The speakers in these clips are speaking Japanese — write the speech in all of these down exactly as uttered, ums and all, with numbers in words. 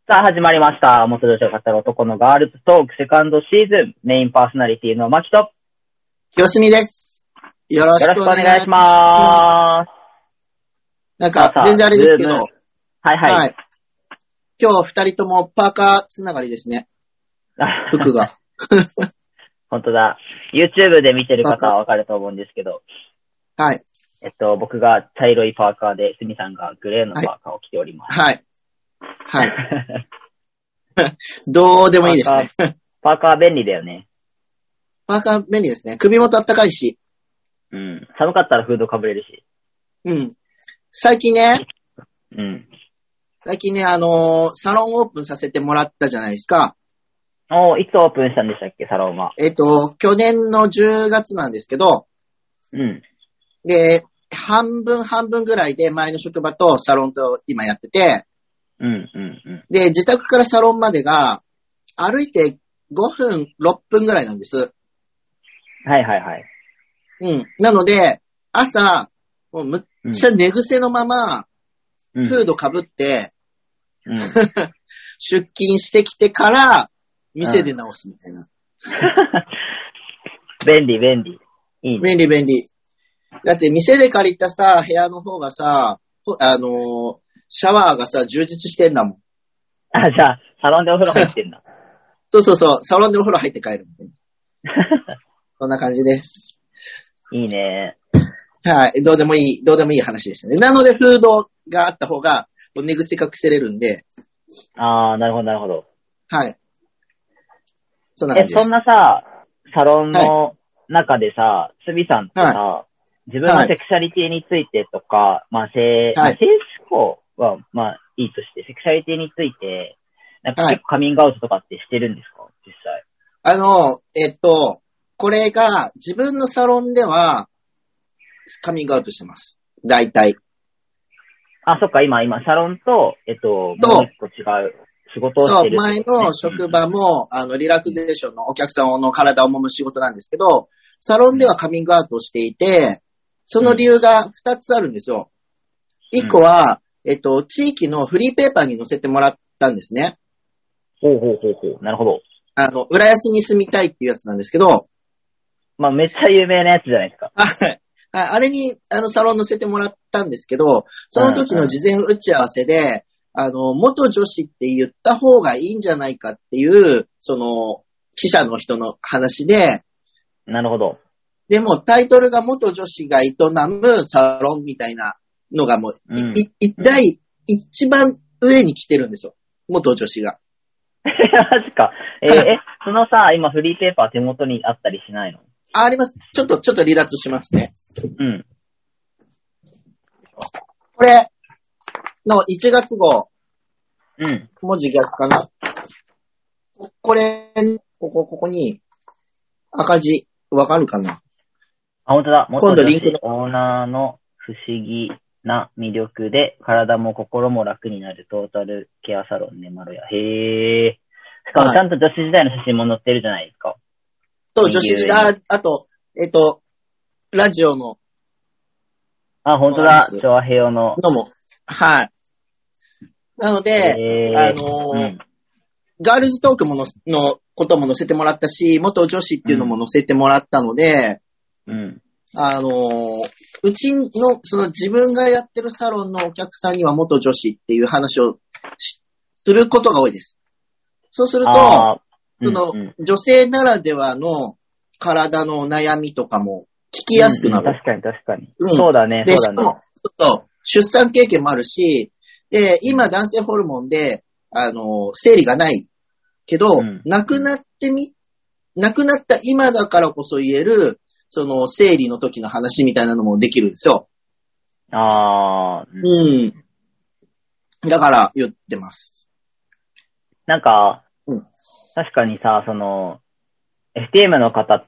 さあ、始まりました。元女子を語る男のガールズトークセカンドシーズン、メインパーソナリティのマキと、 清澄です。よろしくお願いします。なんか、全然あれですけど、はいはい。はい。 今日二人ともパーカーつながりですね。服が。 本当だ。YouTube で見てる方はわかると思うんですけど、 はい。 えっと、僕が茶色いパーカーで、すみさんがグレーのパーカーを着ております。 はい。はい。はい、どうでもいいですね。 パーカー、パーカー便利だよね。 パーカー便利ですね。首元あったかいし。 うん。寒かったらフードかぶれるし。 うん。最近ね。 うん。 最近ね、あのー、サロンオープンさせてもらったじゃないですか。 おー、いつオープンしたんでしたっけ、サロンは。 えっと、去年のじゅうがつなんですけど、 うん。 で、半分半分ぐらいで前の職場とサロンと今やってて、 うん、うん、うん。 で、自宅からサロンまでが、歩いてごふん、ろっぷんぐらいなんです。 はいはいはい。 うん。なので、朝、もうむっちゃ寝癖のまま、うん、フード被って、うん、出勤してきてから、店で直すみたいな。 便利、便利。いいね。 便利、便利。だって、店で借りたさ、部屋の方がさ、あのー、シャワーがさ、充実してんだもん。 あ、じゃあ、サロンでお風呂入ってんだ。 そうそうそう、サロンでお風呂入って帰る。そんな感じです。 いいね。 はい、どうでもいい、どうでもいい話でしたね。なので、フードがあった方が、寝癖隠せれるんで。 あー、なるほど、なるほど。 はい。そんな感じです。 え、そんなさ、サロンの中でさ、はい、すみさんってさ、はい、自分のセクシャリティについてとか、はい、まあ、性、はい、性思考は、まあ、いいとして、セクシャリティについて、なんか結構カミングアウトとかってしてるんですか、実際。 あの、えっと、これが自分のサロンではカミングアウトしてます。大体。 あ、そっか、今、今、サロンと、えっと、もう一個違う仕事をしてる、 ね。そう、前の職場も、うん、あの、リラクゼーションのお客さんの体を揉む仕事なんですけど、サロンではカミングアウトしていて、その理由が二つあるんですよ。一、うん、個は、えっと、地域のフリーペーパーに載せてもらったんですね。 ほうほうほうほう。なるほど。 あの、浦安に住みたいっていうやつなんですけど。 まあ、めっちゃ有名なやつじゃないですか。 はい。あれに、あの、サロン載せてもらったんですけど、その時の事前打ち合わせで、うんうん、あの、元女子って言った方がいいんじゃないかっていう、その、記者の人の話で。 なるほど。 でも、タイトルが元女子が営むサロンみたいなのがもう、うん、い、い、第、一番上に来てるんですよ。元女子が。 マジか。えー、え、そのさ、今フリーペーパー手元にあったりしないの？ あ、あります。ちょっと、ちょっと離脱しますね。 うん。 これのいちがつ号。 うん。 文字逆かな？これ、ここ、ここに赤字、わかるかな？ あ、本当だ。 今度リンクの。 オーナーの不思議な魅力で体も心も楽になるトータルケアサロンねまろや。へー。しかもちゃんと女子時代の写真も載ってるじゃないですか。 そう、女子時代、あと、えっと、ラジオの。 あ、本当だ。調和平和の。 のも。はい。なので、あのーうん、ガールズトークもの、のことも載せてもらったし、元女子っていうのも載せてもらったので、 うん。 あのー、うちの、その自分がやってるサロンのお客さんには元女子っていう話をすることが多いです。そうすると、その、うんうん、女性ならではの体の悩みとかも聞きやすくなる。 うんうん、確かに確かに。うん、そうだね、 で、 そうだね。 しかも、ちょっと出産経験もあるし、で、今男性ホルモンで、あの、生理がないけど、うん、亡くなってみ、亡くなった今だからこそ言える、その生理の時の話みたいなのもできるんですよ。 ああ。 うん。だから言ってます。 なんか、 うん、 確かにさ、その、エフティーエム の方って、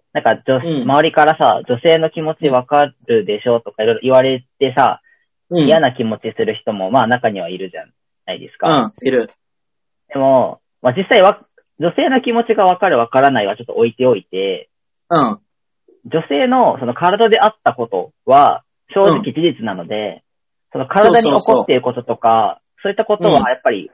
なんか女、うん、周りからさ、女性の気持ちわかるでしょとかいろいろ言われてさ、うん、嫌な気持ちする人もまあ中にはいるじゃないですか。 うん、いる。 でも、まあ実際は、女性の気持ちがわかるわからないはちょっと置いておいて、 うん。 女性のその体であったことは正直事実なので、うん、その体に起こっていることとか、そうそうそう、そういったことはやっぱり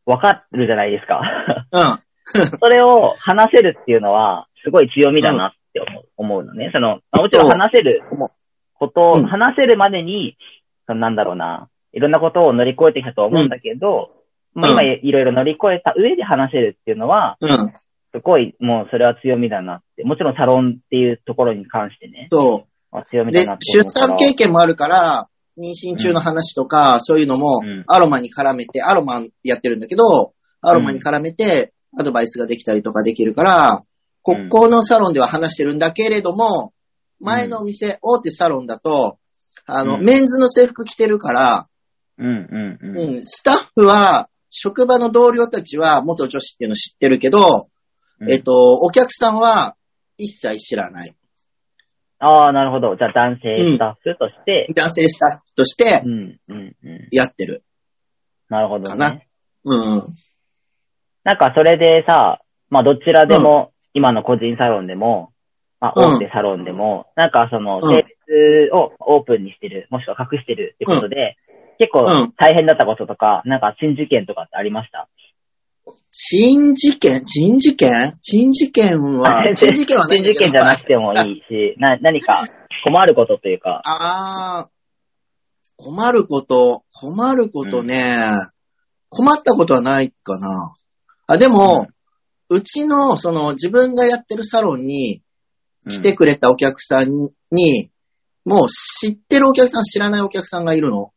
わかるじゃないですか。 うん。 それを話せるっていうのは、すごい強みだなって思う、うん、思うのね。その、もちろん話せることを、うん、話せるまでに、そのなんだろうな、いろんなことを乗り越えてきたと思うんだけど、うん、まあ、今いろいろ乗り越えた上で話せるっていうのは、うん、すごい、もうそれは強みだなって。もちろんサロンっていうところに関してね。 そう。 強みだなって思うから。で、出産経験もあるから、妊娠中の話とか、うん、そういうのも、アロマに絡めて、アロマやってるんだけど、アロマに絡めて、アドバイスができたりとかできるから、ここのサロンでは話してるんだけれども、前のお店、うん、大手サロンだと、あの、うん、メンズの制服着てるから、 うんうんうんうん、スタッフは、職場の同僚たちは元女子っていうの知ってるけど、うん、えっと、お客さんは一切知らない。 ああ、なるほど。じゃあ男性スタッフとして。 うん、男性スタッフとして、やってる。 なるほどね。かな。 うん。 なんかそれでさ、まあどちらでも、うん、今の個人サロンでも、まあ大手サロンでも、うん、なんかその性別をオープンにしてる、もしくは隠してるってことで、うん、結構大変だったこととか、なんか珍事件とかってありました？ 珍事件珍事件珍事件は、珍事件はないんだけど。 珍事件じゃなくてもいいし、な、何か困ることというか。 ああ、困ること、困ることね、うん、困ったことはないかな。あ、でも、うん、うちの、その、自分がやってるサロンに来てくれたお客さんに、うん、もう知ってるお客さん、知らないお客さんがいるの。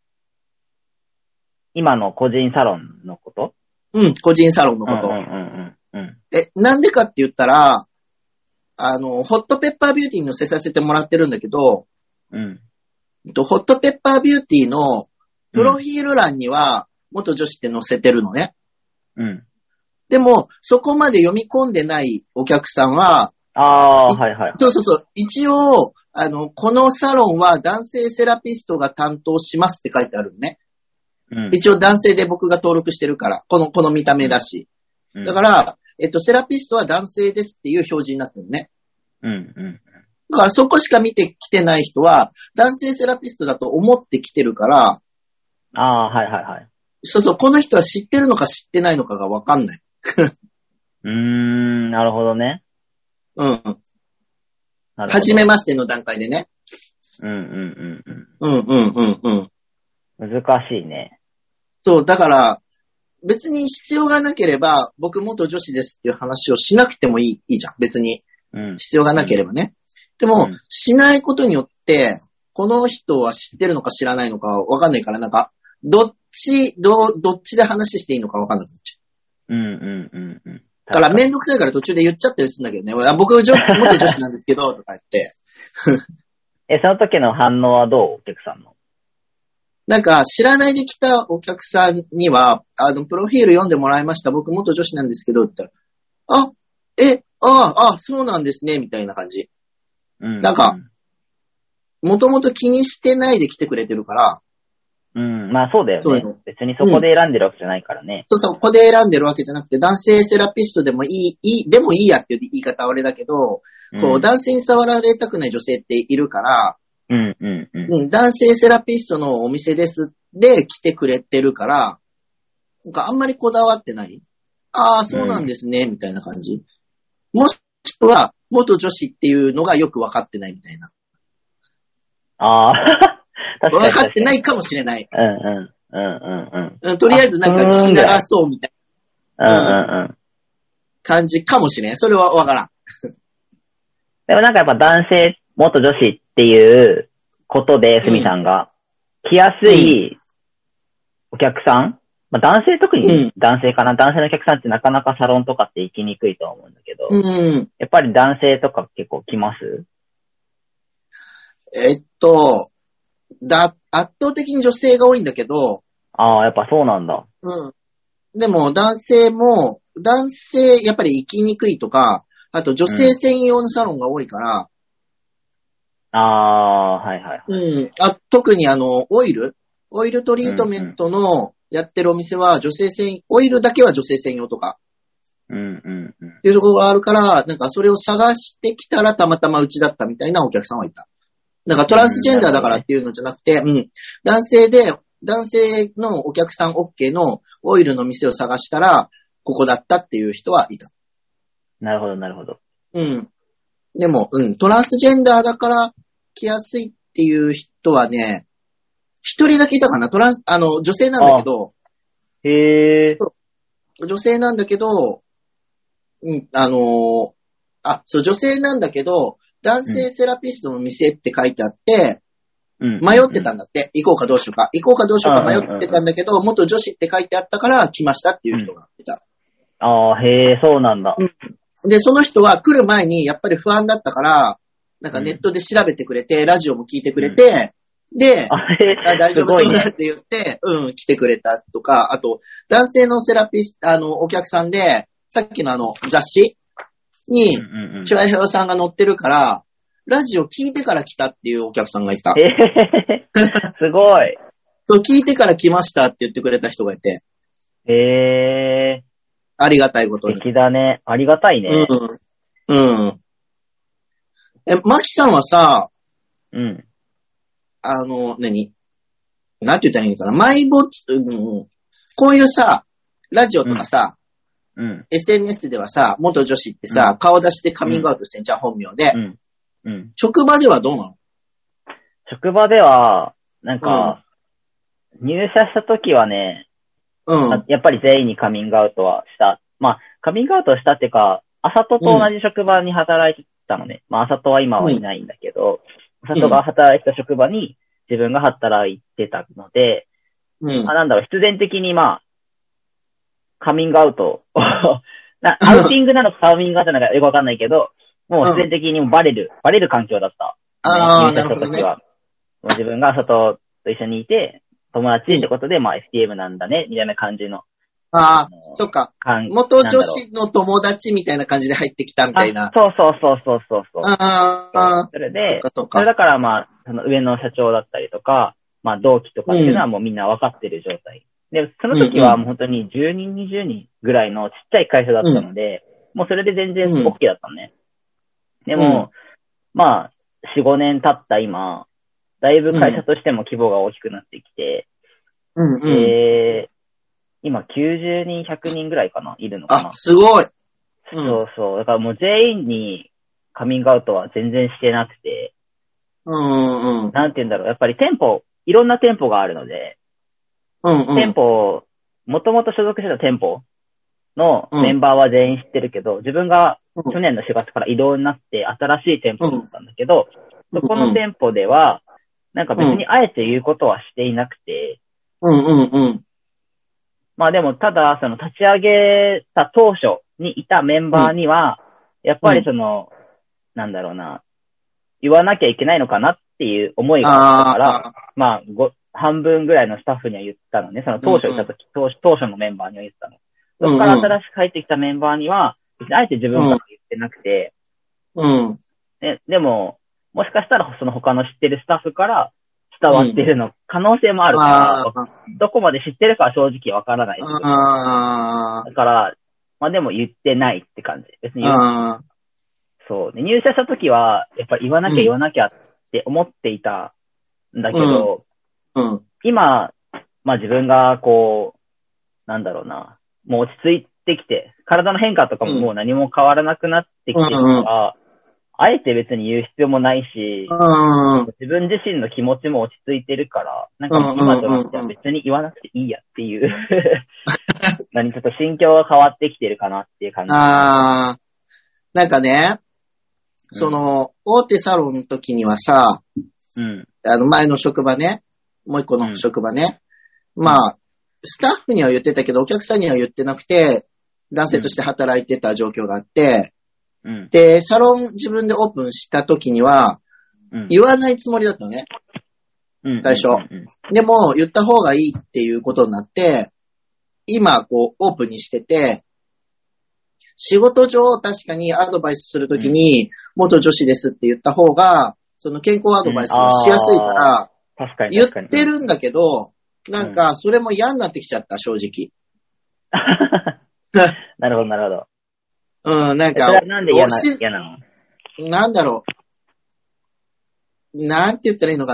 今の個人サロンのこと？ うん、個人サロンのこと。 うんうんうんうん、 え、なんでかって言ったら、あの、ホットペッパービューティーに載せさせてもらってるんだけど、 うん。 ホットペッパービューティーのプロフィール欄には元女子って載せてるのね。 うん。 でも、そこまで読み込んでないお客さんは、 ああ、はいはい。 そうそうそう。一応、あの、このサロンは男性セラピストが担当しますって書いてあるのね。 うん、 一応男性で僕が登録してるから、この、この見た目だし。うん、だから、えっと、セラピストは男性ですっていう表示になってるね。 うん、うん。 だからそこしか見てきてない人は、男性セラピストだと思ってきてるから。 ああ、はいはいはい。 そうそう、この人は知ってるのか知ってないのかがわかんない。 うーん、なるほどね。 うん。初めましての段階でね。 うんうんうんうん。 うんうんうんうん。 難しいね。 そう、だから、別に必要がなければ、僕元女子ですっていう話をしなくてもいい、いいじゃん。別に。 うん、 必要がなければね。でも、うん、しないことによって、この人は知ってるのか知らないのかわかんないから、なんか、どっち、ど、どっちで話していいのかわかんなくなっちゃう。うんうんうんうん。 だからめんどくさいから途中で言っちゃったりするんだけどね。僕、元女子なんですけど、とか言って。 え、その時の反応はどう？お客さんの。 なんか、知らないで来たお客さんには、あの、プロフィール読んでもらいました。僕、元女子なんですけど、って言ったら、あ、え、ああ、あ、そうなんですね、みたいな感じ。 うん、 なんか、もともと気にしてないで来てくれてるから。 うん、まあそうだよね。別にそこで選んでるわけじゃないからね。 うん、そうそう、ここで選んでるわけじゃなくて、男性セラピストでもいい、いい、でもいいやっていう言い方はあれだけど、うん、こう、男性に触られたくない女性っているから、 うんうんうんうん、男性セラピストのお店ですで来てくれてるから、なんかあんまりこだわってない。ああ、そうなんですね、うん、みたいな感じ。もしくは、元女子っていうのがよくわかってないみたいな。 ああ、確かに。 わかってないかもしれない。 うんうんうんうんうん。 とりあえずなんか聞き流そうみたいな。うんうんうん。 感じかもしれん。それはわからん。 でもなんかやっぱ男性、元女子っていうことで、すみさんが、来やすいお客さん、うんまあ、男性、特に男性かな、うん、男性のお客さんってなかなかサロンとかって行きにくいとは思うんだけど、 うん、 やっぱり男性とか結構来ます？ えっと、だ、圧倒的に女性が多いんだけど、 ああ、やっぱそうなんだ。 うん。でも男性も、男性やっぱり行きにくいとか、あと女性専用のサロンが多いから、うん、 ああ、はいはい、はい。 うん。あ、特にあの、オイルオイルトリートメントのやってるお店は女性専、オイルだけは女性専用とか。 うんうんうん。 っていうところがあるから、なんかそれを探してきたらたまたまうちだったみたいなお客さんはいた。なんかトランスジェンダーだからっていうのじゃなくて、うん。男性で男性のお客さん OK のオイルの店を探したら、ここだったっていう人はいた。 なるほど、なるほど。 うん。でも、うん、トランスジェンダーだから来やすいっていう人はね、一人だけいたかな。トランス、あの、女性なんだけど、 へー。 女性なんだけど、うん、あのー、あ、そう、女性なんだけど、男性セラピストの店って書いてあって、うん、迷ってたんだって。行こうかどうしようか。行こうかどうしようか迷ってたんだけど、元女子って書いてあったから来ましたっていう人がいた。 うん、ああ、へえ、そうなんだ、 うん。で、その人は来る前にやっぱり不安だったから、なんかネットで調べてくれて、うん、ラジオも聞いてくれて、うん、で、あ大丈夫そうだって言って、うん、来てくれたとか、あと、男性のセラピスト、あの、お客さんで、さっきのあの、雑誌に、チュアヘオさんが載ってるから、ラジオ聞いてから来たっていうお客さんがいた。 えー、すごい。 そう、聞いてから来ましたって言ってくれた人がいて。 へえー。 ありがたいことに。 素敵だね。ありがたいね。 うん。うん。え、マキさんはさ、 うん。 あの、何なんて言ったらいいのかな、マイボツ、うん、こういうさ、ラジオとかさ、うん、エスエヌエス ではさ、元女子ってさ、うん、顔出してカミングアウトしてんじゃん、本名で。うん。うん。職場ではどうなの？ 職場では、なんか、うん、入社した時はね、うん。やっぱり全員にカミングアウトはした。まあ、カミングアウトしたっていうか、あさとと同じ職場に働いてたのね。うん、まあ、あさとは今はいないんだけど、あさとが働いてた職場に自分が働いてたので、うん。まあ、なんだろう、必然的にまあ、カミングアウトな、アウティングなのかカミングアウトなのかよくわかんないけど、もう必然的にバレる、バレる環境だった。 ああ、 入社した時は。ね、もう自分が外と一緒にいて、友達ってことで、うん、まあ エフティーエム なんだね、みたいな感じの。 ああ、そっか。元女子の友達みたいな感じで入ってきたみたいな。 そうそうそうそうそうそう。 ああ、 それで、そ, それだからまあ、その上の社長だったりとか、まあ同期とかっていうのはもうみんな分かってる状態。うん、で、その時はもう本当にじゅうにん、にじゅうにんぐらいのちっちゃい会社だったので、うん、もうそれで全然 OK だったのね。うん、でも、うん、まあ、よん、ごねん経った今、だいぶ会社としても規模が大きくなってきて、 うんうん、 で、今きゅうじゅうにん、ひゃくにんぐらいかな、いるのかな。 あ、すごい、 うん、そうそう。だからもう全員にカミングアウトは全然してなくて、 うんうん、 なんて言うんだろう。やっぱり店舗、いろんな店舗があるので、 うんうん、 店舗、もともと所属してた店舗のメンバーは全員知ってるけど、うん、自分が去年のしがつから異動になって新しい店舗だったんだけど、うん、そこの店舗では、なんか別にあえて言うことはしていなくて、 うんうんうん。 まあでも、ただ、その立ち上げた当初にいたメンバーには、やっぱりその、うん、なんだろうな、言わなきゃいけないのかなっていう思いがあったから、まあご、半分ぐらいのスタッフには言ったのね。その当初いた時、うんうん、当初のメンバーには言ったの。そこから新しく入ってきたメンバーには、あえて自分から言ってなくて、 うん。 で、でも、もしかしたらその他の知ってるスタッフから伝わってるの、可能性もあるから、うん、どこまで知ってるかは正直わからない。 あだから、まあでも言ってないって感じ。別に言う。そう。で、入社した時は、やっぱり言わなきゃ言わなきゃって思っていたんだけど、 うんうん、 今、まあ自分がこう、なんだろうな、もう落ち着いてきて、体の変化とかももう何も変わらなくなってきてるから、うんうん、あえて別に言う必要もないし、 うんうん、 自分自身の気持ちも落ち着いてるから、なんか今となっては別に言わなくていいやっていう、何ちょっと心境が変わってきてるかなっていう感じ。 ああ、なんかね、その、大手サロンの時にはさ、 うん、 あの前の職場ね、もう一個の職場ね、うん、まあ、スタッフには言ってたけど、お客さんには言ってなくて、男性として働いてた状況があって、うん、で、サロン自分でオープンした時には、うん、言わないつもりだったのね。最初、うんうんうん。でも、言った方がいいっていうことになって、今、こう、オープンにしてて、仕事上、確かにアドバイスするときに、元女子ですって言った方が、その健康アドバイスをしやすいから、 確かに言ってるんだけど、なんか、それも嫌になってきちゃった、正直。 なるほど、なるほど。 うん、なんか、 それはなんで嫌な、嫌なの？ なんだろう。なんて言ったらいいのかな。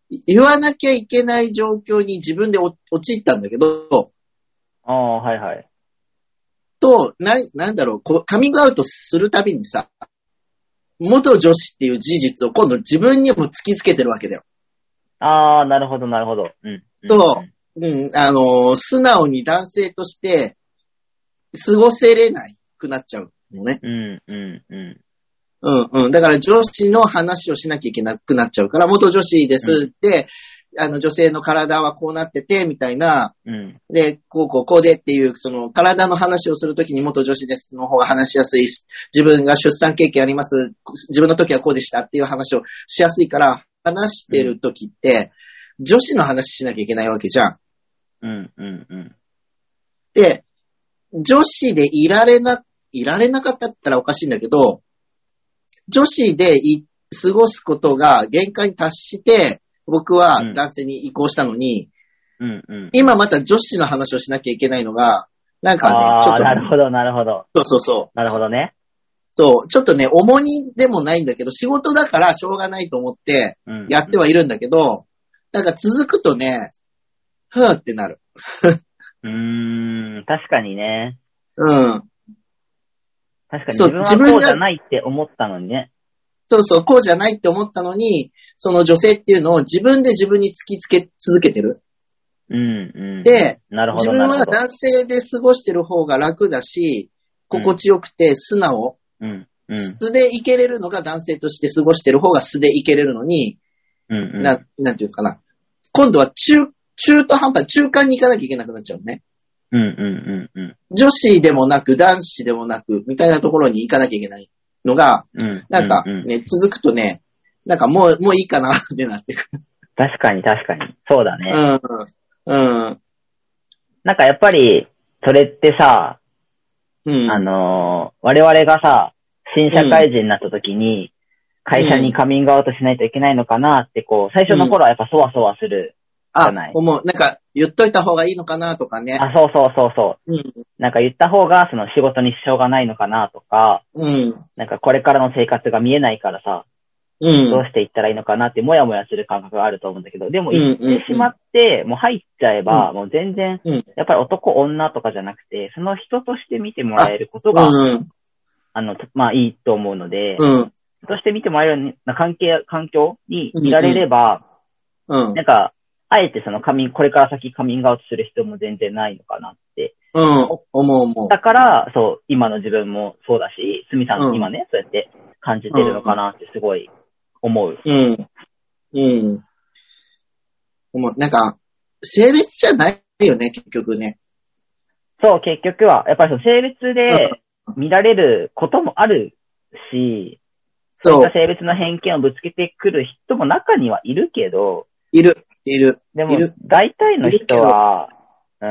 言わなきゃいけない状況に自分で陥ったんだけど、 ああ、はいはい。 と、な、なんだろう、こう、カミングアウトするたびにさ、元女子っていう事実を今度自分にも突きつけてるわけだよ。 ああ、なるほど、なるほど。うん。 と、うん、あのー、素直に男性として過ごせれないくなっちゃうのね。 うん、うん、うん。 うんうん。だから女子の話をしなきゃいけなくなっちゃうから、元女子ですって、うん、あの女性の体はこうなってて、みたいな、 うん、 で、こうこうこうでっていう、その体の話をするときに元女子ですの方が話しやすい。自分が出産経験あります。自分の時はこうでしたっていう話をしやすいから、話してるときって、うん、女子の話しなきゃいけないわけじゃん。 うん、うん、うん。 で、女子でいられな、いられなかったったらおかしいんだけど、女子でい過ごすことが限界に達して、僕は男性に移行したのに、 うんうん、 今また女子の話をしなきゃいけないのが、なんかね、ちょっと、ね。 なるほど、なるほど。 そうそうそう。 なるほどね。 そう、ちょっとね、重荷でもないんだけど、仕事だからしょうがないと思って、やってはいるんだけど、うんうん、なんか続くとね、ふーってなる。 うーん、確かにね。 うん。 確かに自分はこうじゃないって思ったのにね。 そうそう、こうじゃないって思ったのに、その女性っていうのを自分で自分に突きつけ続けてる。 うんうん。 で、 なるほど、 自分は男性で過ごしてる方が楽だし、心地よくて素直。 うんうん、 素でいけれるのが男性として過ごしてる方が素でいけれるのに、 うんうん、 な、なんていうかな。今度は中、中途半端、中間に行かなきゃいけなくなっちゃうね。 うんうんうんうん。 女子でもなく、男子でもなく、みたいなところに行かなきゃいけないのが、うん、なんかね、うんうん、続くとね、なんかもう、もういいかなってなってくる。 確かに確かに。そうだね。 うん。うん。 なんかやっぱり、それってさ、 うん、 あのー、我々がさ、新社会人になった時に、会社にカミングアウトしないといけないのかなって、こう、最初の頃はやっぱそわそわするじゃない。 あ、思う。なんか、言っといた方がいいのかなとかね。 あ、そうそうそうそう。 うん、 なんか言った方が、その仕事に支障がないのかなとか、 うん。 なんかこれからの生活が見えないからさ、 うん、 どうしていったらいいのかなってもやもやする感覚があると思うんだけど、でも言ってしまって、もう入っちゃえば、もう全然、やっぱり男女とかじゃなくて、その人として見てもらえることが、 うん、 あの、まあいいと思うので、 うん、 として見てもらえるような関係、環境にいられれば、 うん、 なんか、あえてそのカミング、これから先カミングアウトする必要も全然ないのかなって。 うん、思う思う。 だから、そう、今の自分もそうだし、すみさん今ね、うん、そうやって感じてるのかなってすごい思う。 うん。うん。もうなんか、性別じゃないよね、結局ね。 そう、結局は、やっぱりその性別で見られることもあるし、うん、そういった性別の偏見をぶつけてくる人も中にはいるけど、 いる、いる。 でも、大体の人は、うん、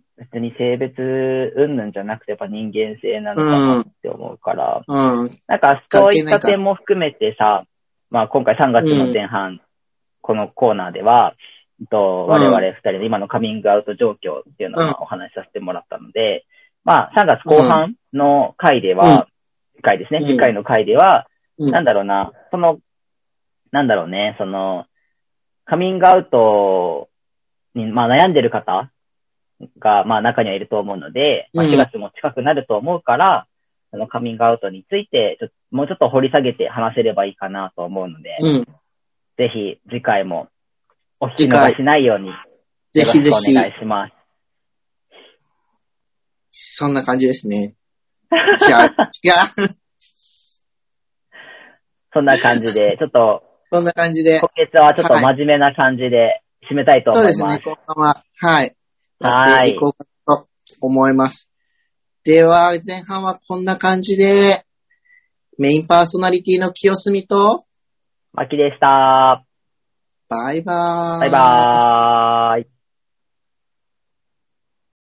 別に性別云々じゃなくてやっぱ人間性なのかなって思うから、 うんうん、 なんかそういった点も含めてさ、まあ今回さんがつの前半、うん、このコーナーでは、と我々二人の今のカミングアウト状況っていうのをお話しさせてもらったので、まあさんがつこう半の回では、次回ですね、次回の回では、なんだろうな、その、なんだろうね、その、カミングアウトに、まあ、悩んでる方が、まあ、中にはいると思うので、まあ、しがつも近くなると思うから、そのカミングアウトについてちょっと、もうちょっと掘り下げて話せればいいかなと思うので、 うん、 ぜひ次回もお聞き逃しないようによろしくお願いします。 そんな感じですね。じゃあ、じゃあそんな感じで、ちょっと、 そんな感じで。 今月はちょっと真面目な感じで締めたいと思います。 そうですね、後半は。はい。 はい。 いこうかと思います。では、前半はこんな感じで、メインパーソナリティの清澄と、 まきでした。 バイバーイ。 バイバーイ。